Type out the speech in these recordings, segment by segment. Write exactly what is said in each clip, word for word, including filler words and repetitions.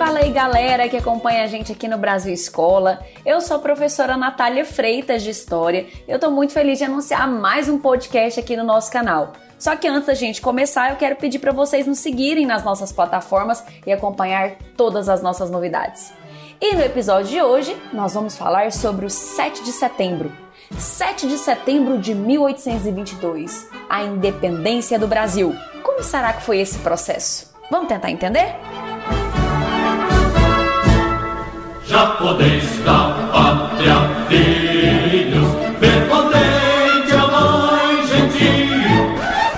Fala aí, galera que acompanha a gente aqui no Brasil Escola. Eu sou a professora Natália Freitas de História. Eu tô muito feliz de anunciar mais um podcast aqui no nosso canal. Só que antes da gente começar, eu quero pedir para vocês nos seguirem nas nossas plataformas e acompanhar todas as nossas novidades. E no episódio de hoje, nós vamos falar sobre o sete de setembro. sete de setembro de mil oitocentos e vinte e dois, a independência do Brasil. Como será que foi esse processo? Vamos tentar entender? Já podeis da pátria, filhos, ver contente a mãe gentil.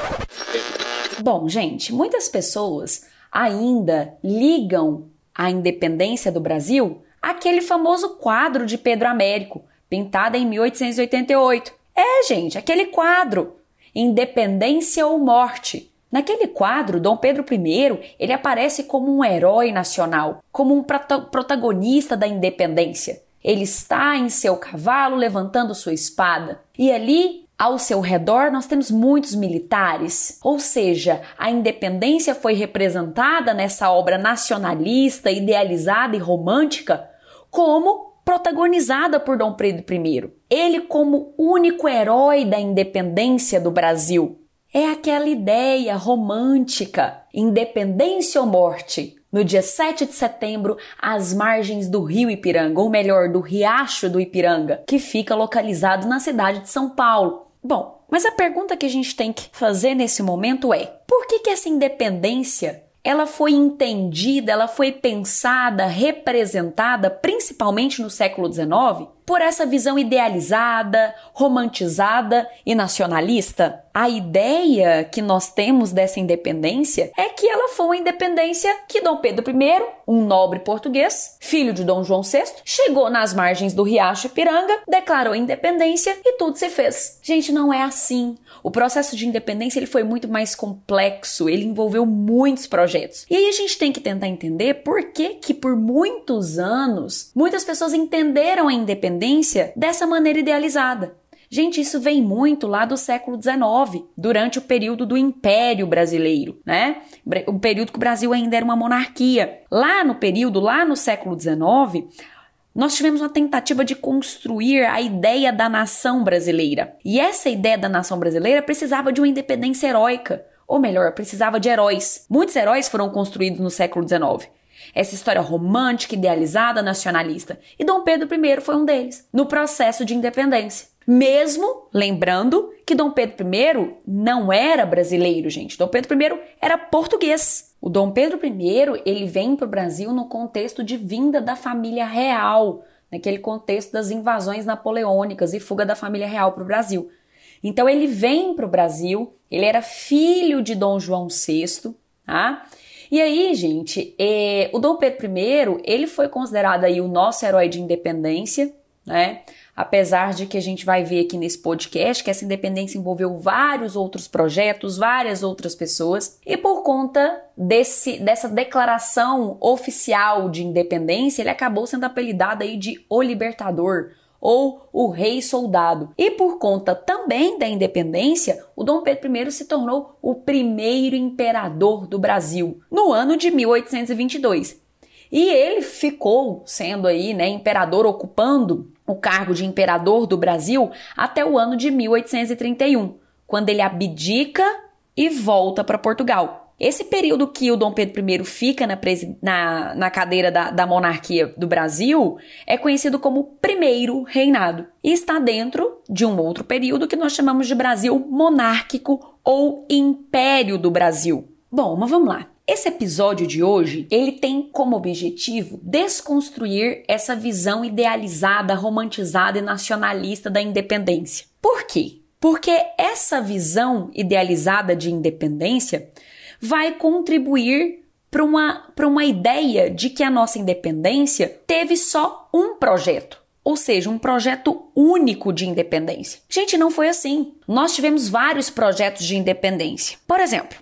Bom, gente, muitas pessoas ainda ligam a independência do Brasil àquele famoso quadro de Pedro Américo, pintado em mil oitocentos e oitenta e oito. É, gente, aquele quadro, Independência ou Morte. Naquele quadro, Dom Pedro I, ele aparece como um herói nacional, como um protagonista da independência. Ele está em seu cavalo levantando sua espada. E ali, ao seu redor, nós temos muitos militares. Ou seja, a independência foi representada nessa obra nacionalista, idealizada e romântica como protagonizada por Dom Pedro I. Ele como único herói da independência do Brasil. É aquela ideia romântica, independência ou morte. No dia sete de setembro, às margens do rio Ipiranga, ou melhor, do riacho do Ipiranga, que fica localizado na cidade de São Paulo. Bom, mas a pergunta que a gente tem que fazer nesse momento é: por que que essa independência ela foi entendida, ela foi pensada, representada, principalmente no século dezenove, por essa visão idealizada, romantizada e nacionalista? A ideia que nós temos dessa independência é que ela foi uma independência que Dom Pedro I, um nobre português, filho de Dom João sexto, chegou nas margens do riacho Ipiranga, declarou independência e tudo se fez. Gente, não é assim. O processo de independência ele foi muito mais complexo, ele envolveu muitos projetos. E aí a gente tem que tentar entender por que que por muitos anos muitas pessoas entenderam a independência dessa maneira idealizada. Gente, isso vem muito lá do século dezenove, durante o período do Império Brasileiro, né? O período que o Brasil ainda era uma monarquia. Lá no período, lá no século dezenove, nós tivemos uma tentativa de construir a ideia da nação brasileira. E essa ideia da nação brasileira precisava de uma independência heróica, ou melhor, precisava de heróis. Muitos heróis foram construídos no século dezenove. Essa história romântica, idealizada, nacionalista. E Dom Pedro I foi um deles, no processo de independência. Mesmo lembrando que Dom Pedro I não era brasileiro, gente. Dom Pedro I era português. O Dom Pedro I, ele vem para o Brasil no contexto de vinda da família real, naquele contexto das invasões napoleônicas e fuga da família real para o Brasil. Então ele vem para o Brasil, ele era filho de Dom João sexto, tá? E aí, gente, é, o Dom Pedro I, ele foi considerado aí o nosso herói de independência, né? Apesar de que a gente vai ver aqui nesse podcast que essa independência envolveu vários outros projetos, várias outras pessoas, e por conta desse, dessa declaração oficial de independência, ele acabou sendo apelidado aí de O Libertador, ou o Rei Soldado. E por conta também da independência, o Dom Pedro I se tornou o primeiro imperador do Brasil, no ano de mil oitocentos e vinte e dois. E ele ficou sendo aí, né, imperador, ocupando o cargo de imperador do Brasil até o ano de mil oitocentos e trinta e um, quando ele abdica e volta para Portugal. Esse período que o Dom Pedro I fica na, presi- na, na cadeira da, da monarquia do Brasil é conhecido como Primeiro Reinado e está dentro de um outro período que nós chamamos de Brasil monárquico ou Império do Brasil. Bom, mas vamos lá. Esse episódio de hoje, ele tem como objetivo desconstruir essa visão idealizada, romantizada e nacionalista da independência. Por quê? Porque essa visão idealizada de independência vai contribuir para uma, para uma ideia de que a nossa independência teve só um projeto. Ou seja, um projeto único de independência. Gente, não foi assim. Nós tivemos vários projetos de independência. Por exemplo,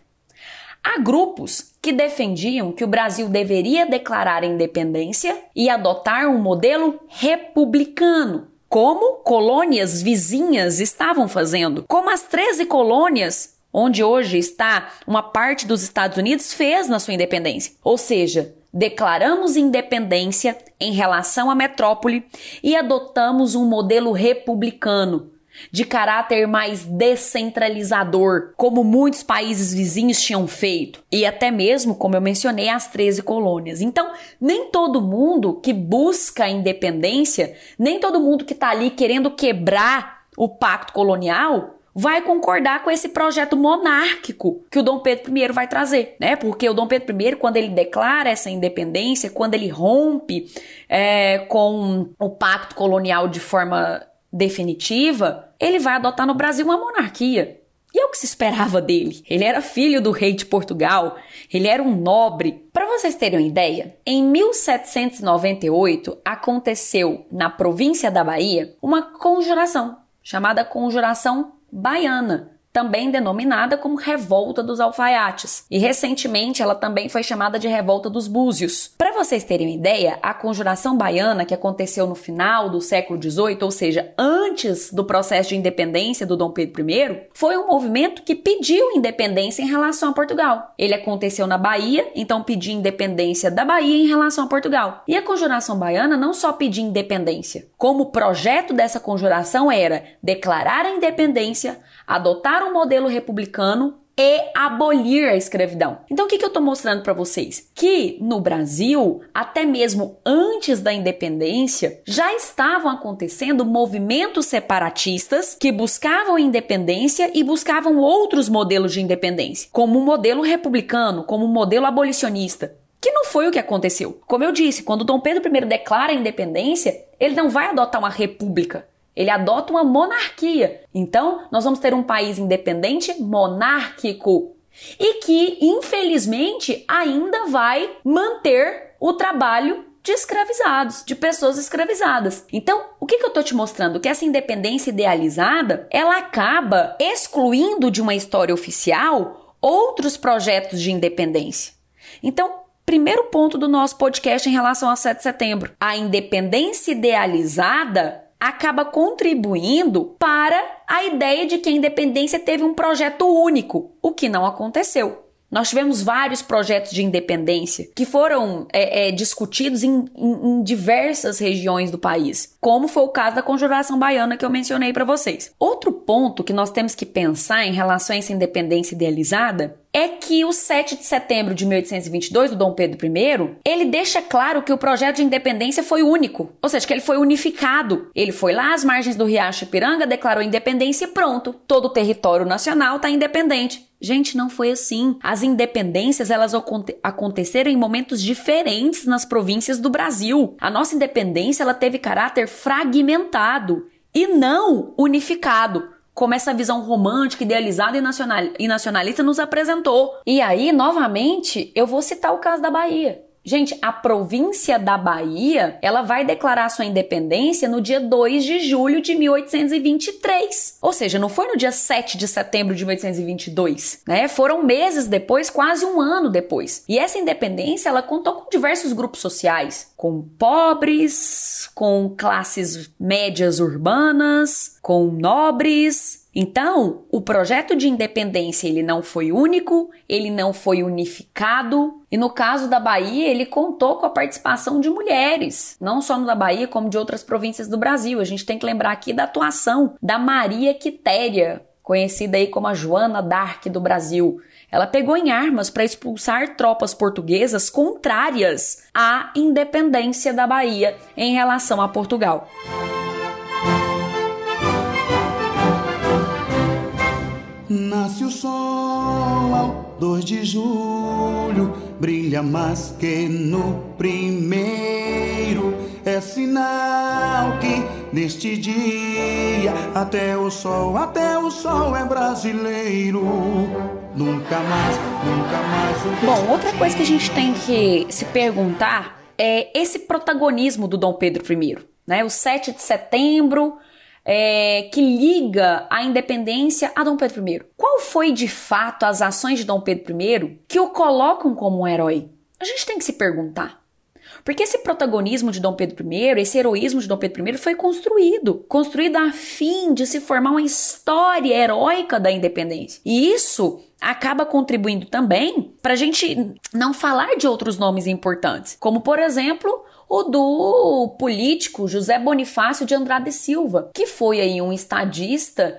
há grupos que defendiam que o Brasil deveria declarar a independência e adotar um modelo republicano, como colônias vizinhas estavam fazendo, como as treze colônias onde hoje está uma parte dos Estados Unidos fez na sua independência. Ou seja, declaramos independência em relação à metrópole e adotamos um modelo republicano, de caráter mais descentralizador, como muitos países vizinhos tinham feito, e até mesmo, como eu mencionei, as treze colônias. Então, nem todo mundo que busca a independência, nem todo mundo que está ali querendo quebrar o pacto colonial, vai concordar com esse projeto monárquico que o Dom Pedro I vai trazer, né? Porque o Dom Pedro I, quando ele declara essa independência, quando ele rompe é, com o pacto colonial de forma definitiva, ele vai adotar no Brasil uma monarquia. E é o que se esperava dele. Ele era filho do rei de Portugal, ele era um nobre. Para vocês terem uma ideia, em mil setecentos e noventa e oito aconteceu na província da Bahia uma conjuração, chamada Conjuração Baiana, também denominada como Revolta dos Alfaiates. E recentemente ela também foi chamada de Revolta dos Búzios. Para vocês terem uma ideia, a Conjuração Baiana, que aconteceu no final do século dezoito, ou seja, antes do processo de independência do Dom Pedro I, foi um movimento que pediu independência em relação a Portugal. Ele aconteceu na Bahia, então pedia independência da Bahia em relação a Portugal. E a Conjuração Baiana não só pedia independência, como o projeto dessa conjuração era declarar a independência, adotar um modelo republicano e abolir a escravidão. Então, o que, que eu estou mostrando para vocês? Que no Brasil, até mesmo antes da independência, já estavam acontecendo movimentos separatistas que buscavam independência e buscavam outros modelos de independência, como um modelo republicano, como um modelo abolicionista. Que não foi o que aconteceu. Como eu disse, quando Dom Pedro I declara a independência, ele não vai adotar uma república. Ele adota uma monarquia. Então, nós vamos ter um país independente monárquico e que, infelizmente, ainda vai manter o trabalho de escravizados, de pessoas escravizadas. Então, o que, que eu estou te mostrando? Que essa independência idealizada, ela acaba excluindo de uma história oficial outros projetos de independência. Então, primeiro ponto do nosso podcast em relação ao sete de setembro. A independência idealizada acaba contribuindo para a ideia de que a independência teve um projeto único, o que não aconteceu. Nós tivemos vários projetos de independência que foram é, é, discutidos em, em, em diversas regiões do país, como foi o caso da Conjuração Baiana que eu mencionei para vocês. Outro ponto que nós temos que pensar em relação a essa independência idealizada é que o sete de setembro de mil oitocentos e vinte e dois, do Dom Pedro I, ele deixa claro que o projeto de independência foi único, ou seja, que ele foi unificado. Ele foi lá às margens do Riacho Ipiranga, declarou independência e pronto, todo o território nacional está independente. Gente, não foi assim. As independências, elas aconte- aconteceram em momentos diferentes nas províncias do Brasil. A nossa independência, ela teve caráter fragmentado e não unificado, como essa visão romântica, idealizada e, nacional, e nacionalista nos apresentou. E aí, novamente, eu vou citar o caso da Bahia. Gente, a província da Bahia, ela vai declarar sua independência no dia dois de julho de mil oitocentos e vinte e três. Ou seja, não foi no dia sete de setembro de mil oitocentos e vinte e dois, né? Foram meses depois, quase um ano depois. E essa independência, ela contou com diversos grupos sociais, com pobres, com classes médias urbanas, com nobres. Então, o projeto de independência, ele não foi único, ele não foi unificado, e no caso da Bahia, ele contou com a participação de mulheres, não só no da Bahia, como de outras províncias do Brasil. A gente tem que lembrar aqui da atuação da Maria Quitéria, conhecida aí como a Joana d'Arc do Brasil. Ela pegou em armas para expulsar tropas portuguesas contrárias à independência da Bahia em relação a Portugal. Nasce o sol ao dois de julho, brilha mais que no primeiro. É sinal que neste dia até o sol, até o sol é brasileiro. Nunca mais, nunca mais o Bom, outra coisa que a gente tem que se perguntar é esse protagonismo do Dom Pedro I, né? O sete de setembro... É, que liga a independência a Dom Pedro I. Qual foi, de fato, as ações de Dom Pedro I que o colocam como um herói? A gente tem que se perguntar. Porque esse protagonismo de Dom Pedro I, esse heroísmo de Dom Pedro I foi construído. Construído a fim de se formar uma história heróica da independência. E isso acaba contribuindo também para a gente não falar de outros nomes importantes, como, por exemplo, o do político José Bonifácio de Andrade Silva, que foi aí um estadista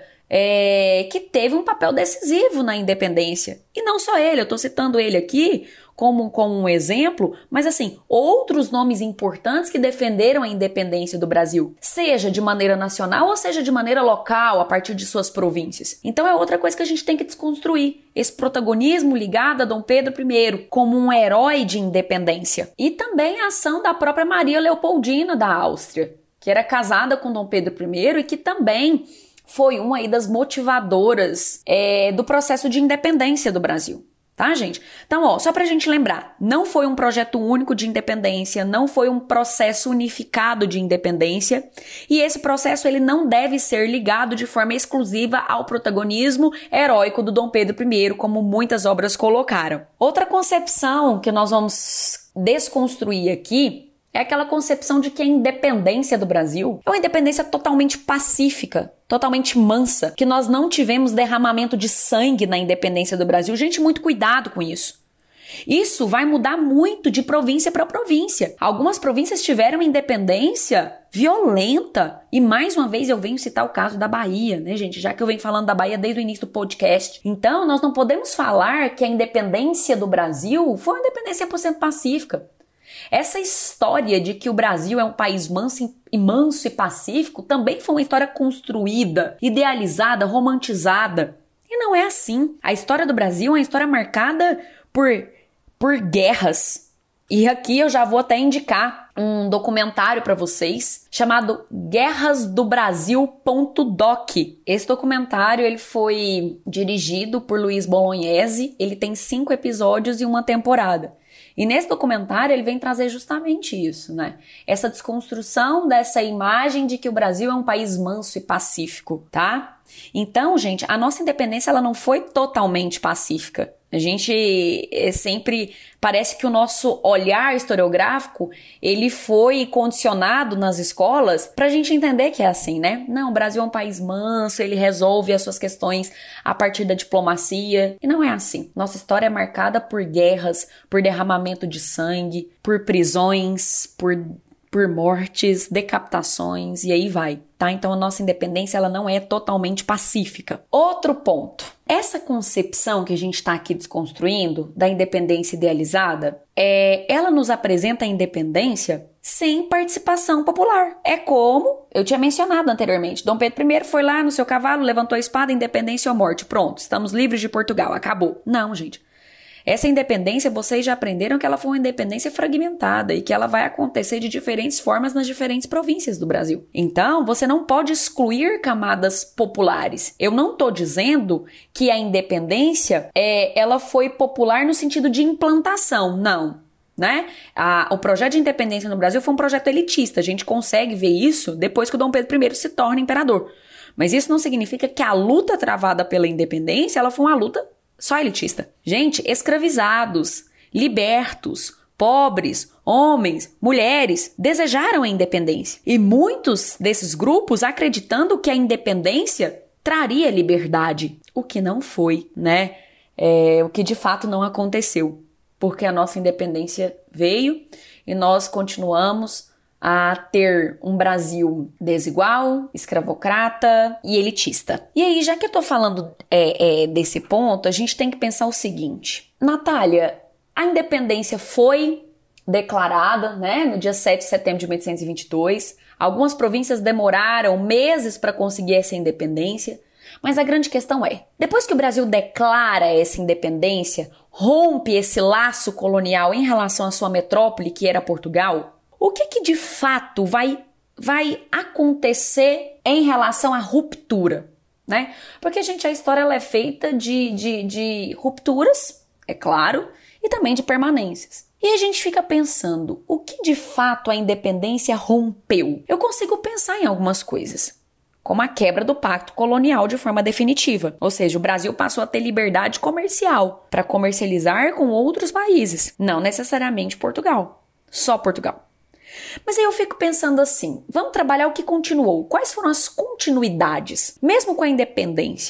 é, que teve um papel decisivo na independência. E não só ele, eu estou citando ele aqui como, como um exemplo, mas assim, outros nomes importantes que defenderam a independência do Brasil, seja de maneira nacional ou seja de maneira local, a partir de suas províncias. Então é outra coisa que a gente tem que desconstruir, esse protagonismo ligado a Dom Pedro I como um herói de independência. E também a ação da própria Maria Leopoldina da Áustria, que era casada com Dom Pedro I e que também foi uma aí das motivadoras é, do processo de independência do Brasil. Tá, gente? Então, ó, só pra gente lembrar, não foi um projeto único de independência, não foi um processo unificado de independência, e esse processo ele não deve ser ligado de forma exclusiva ao protagonismo heróico do Dom Pedro I, como muitas obras colocaram. Outra concepção que nós vamos desconstruir aqui é aquela concepção de que a independência do Brasil é uma independência totalmente pacífica, totalmente mansa, que nós não tivemos derramamento de sangue na independência do Brasil. Gente, muito cuidado com isso. Isso vai mudar muito de província para província. Algumas províncias tiveram independência violenta. E mais uma vez eu venho citar o caso da Bahia, né, gente? Já que eu venho falando da Bahia desde o início do podcast. Então, nós não podemos falar que a independência do Brasil foi uma independência cem por cento pacífica. Essa história de que o Brasil é um país manso e, manso e pacífico também foi uma história construída, idealizada, romantizada. E não é assim. A história do Brasil é uma história marcada por, por guerras. E aqui eu já vou até indicar um documentário para vocês chamado Guerras do Brasil ponto doc. Esse documentário ele foi dirigido por Luiz Bolognese. Ele tem cinco episódios e uma temporada. E nesse documentário ele vem trazer justamente isso, né? Essa desconstrução dessa imagem de que o Brasil é um país manso e pacífico, tá? Então, gente, a nossa independência ela não foi totalmente pacífica. A gente sempre parece que o nosso olhar historiográfico ele foi condicionado nas escolas pra gente entender que é assim, né? Não, o Brasil é um país manso, ele resolve as suas questões a partir da diplomacia. E não é assim. Nossa história é marcada por guerras, por derramamento de sangue, por prisões, por, por mortes, decapitações e aí vai, tá? Então a nossa independência ela não é totalmente pacífica. Outro ponto. Essa concepção que a gente está aqui desconstruindo da independência idealizada, é, ela nos apresenta a independência sem participação popular. É como eu tinha mencionado anteriormente. Dom Pedro I foi lá no seu cavalo, levantou a espada, independência ou morte. Pronto, estamos livres de Portugal, acabou. Não, gente. Essa independência, vocês já aprenderam que ela foi uma independência fragmentada e que ela vai acontecer de diferentes formas nas diferentes províncias do Brasil. Então, você não pode excluir camadas populares. Eu não estou dizendo que a independência é, ela foi popular no sentido de implantação, não. Né? A, o projeto de independência no Brasil foi um projeto elitista. A gente consegue ver isso depois que o Dom Pedro I se torna imperador. Mas isso não significa que a luta travada pela independência ela foi uma luta só elitista. Gente, escravizados, libertos, pobres, homens, mulheres desejaram a independência. E muitos desses grupos acreditando que a independência traria liberdade. O que não foi, né? É, o que de fato não aconteceu. Porque a nossa independência veio e nós continuamos a ter um Brasil desigual, escravocrata e elitista. E aí, já que eu tô falando é, é, desse ponto, a gente tem que pensar o seguinte. Natália, a independência foi declarada, né, no dia sete de setembro de mil oitocentos e vinte e dois. Algumas províncias demoraram meses para conseguir essa independência. Mas a grande questão é, depois que o Brasil declara essa independência, rompe esse laço colonial em relação à sua metrópole, que era Portugal, o que que de fato vai, vai acontecer em relação à ruptura, né? Porque, gente, a história ela é feita de, de, de rupturas, é claro, e também de permanências. E a gente fica pensando, o que de fato a independência rompeu? Eu consigo pensar em algumas coisas, como a quebra do pacto colonial de forma definitiva. Ou seja, o Brasil passou a ter liberdade comercial para comercializar com outros países, não necessariamente Portugal, só Portugal. Mas aí eu fico pensando assim, vamos trabalhar o que continuou. Quais foram as continuidades? Mesmo com a independência,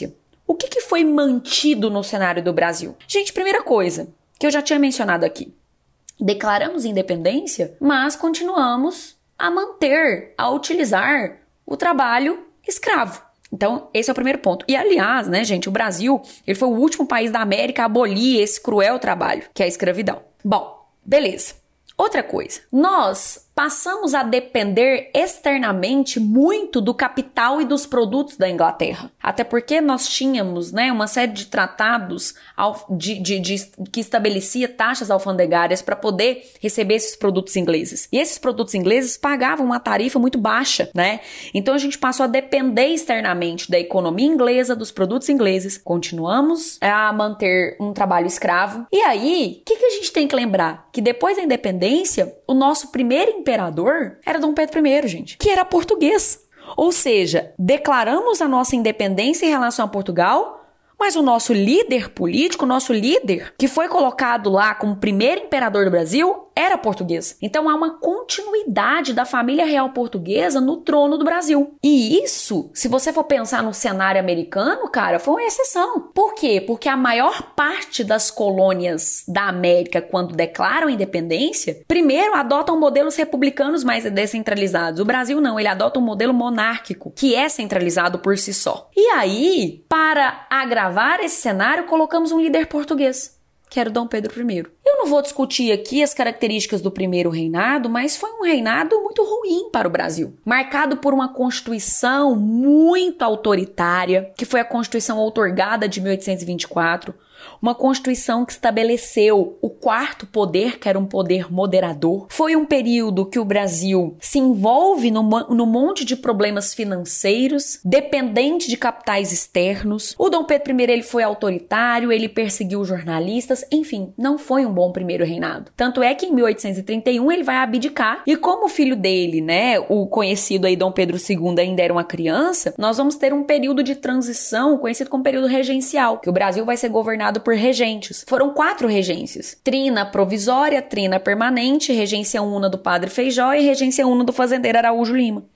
O que, que foi mantido no cenário do Brasil? Gente, primeira coisa, que eu já tinha mencionado aqui. Declaramos independência, mas continuamos a manter, a utilizar o trabalho escravo. Então, esse é o primeiro ponto. E, aliás, né, gente, o Brasil, ele foi o último país da América a abolir esse cruel trabalho, que é a escravidão. Bom, beleza. Outra coisa, nós passamos a depender externamente muito do capital e dos produtos da Inglaterra. Até porque nós tínhamos, né, uma série de tratados de, de, de, que estabelecia taxas alfandegárias para poder receber esses produtos ingleses. E esses produtos ingleses pagavam uma tarifa muito baixa, né? Então a gente passou a depender externamente da economia inglesa, dos produtos ingleses. Continuamos a manter um trabalho escravo. E aí, o que, que a gente tem que lembrar? Que depois da independência, o nosso primeiro imperador era Dom Pedro I, gente, que era português. Ou seja, declaramos a nossa independência em relação a Portugal, mas o nosso líder político, o nosso líder, que foi colocado lá como primeiro imperador do Brasil, era português. Então há uma continuidade da família real portuguesa no trono do Brasil. E isso, se você for pensar no cenário americano, cara, foi uma exceção. Por quê? Porque a maior parte das colônias da América, quando declaram independência, primeiro adotam modelos republicanos mais descentralizados. O Brasil não, ele adota um modelo monárquico, que é centralizado por si só. E aí, para agravar esse cenário, colocamos um líder português, que era o Dom Pedro I. Eu não vou discutir aqui as características do primeiro reinado, mas foi um reinado muito ruim para o Brasil, marcado por uma constituição muito autoritária, que foi a Constituição outorgada de mil oitocentos e vinte e quatro, uma Constituição que estabeleceu o quarto poder, que era um poder moderador. Foi um período que o Brasil se envolve num, num monte de problemas financeiros, dependente de capitais externos. O Dom Pedro I ele foi autoritário, ele perseguiu jornalistas, enfim, não foi um bom primeiro reinado. Tanto é que em mil oitocentos e trinta e um ele vai abdicar, e como o filho dele, né, o conhecido aí Dom Pedro segundo ainda era uma criança, nós vamos ter um período de transição conhecido como período regencial, que o Brasil vai ser governado por regentes. Foram quatro regências: trina provisória, trina permanente, regência una do padre Feijó e regência una do fazendeiro Araújo Lima.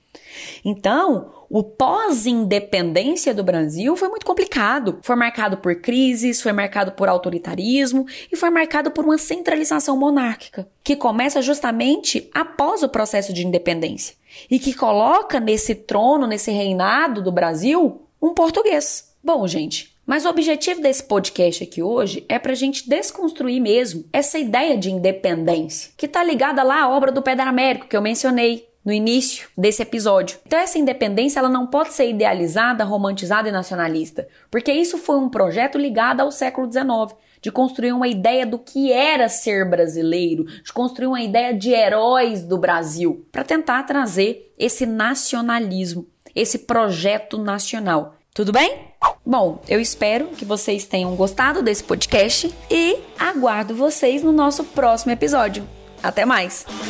Então, o pós-independência do Brasil foi muito complicado. Foi marcado por crises, foi marcado por autoritarismo e foi marcado por uma centralização monárquica, que começa justamente após o processo de independência e que coloca nesse trono, nesse reinado do Brasil, um português. Bom, gente, mas o objetivo desse podcast aqui hoje é pra gente desconstruir mesmo essa ideia de independência, que tá ligada lá à obra do Pedro Américo, que eu mencionei no início desse episódio. Então essa independência ela não pode ser idealizada, romantizada e nacionalista, porque isso foi um projeto ligado ao século dezenove, de construir uma ideia do que era ser brasileiro, de construir uma ideia de heróis do Brasil, para tentar trazer esse nacionalismo, esse projeto nacional. Tudo bem? Bom, eu espero que vocês tenham gostado desse podcast e aguardo vocês no nosso próximo episódio. Até mais!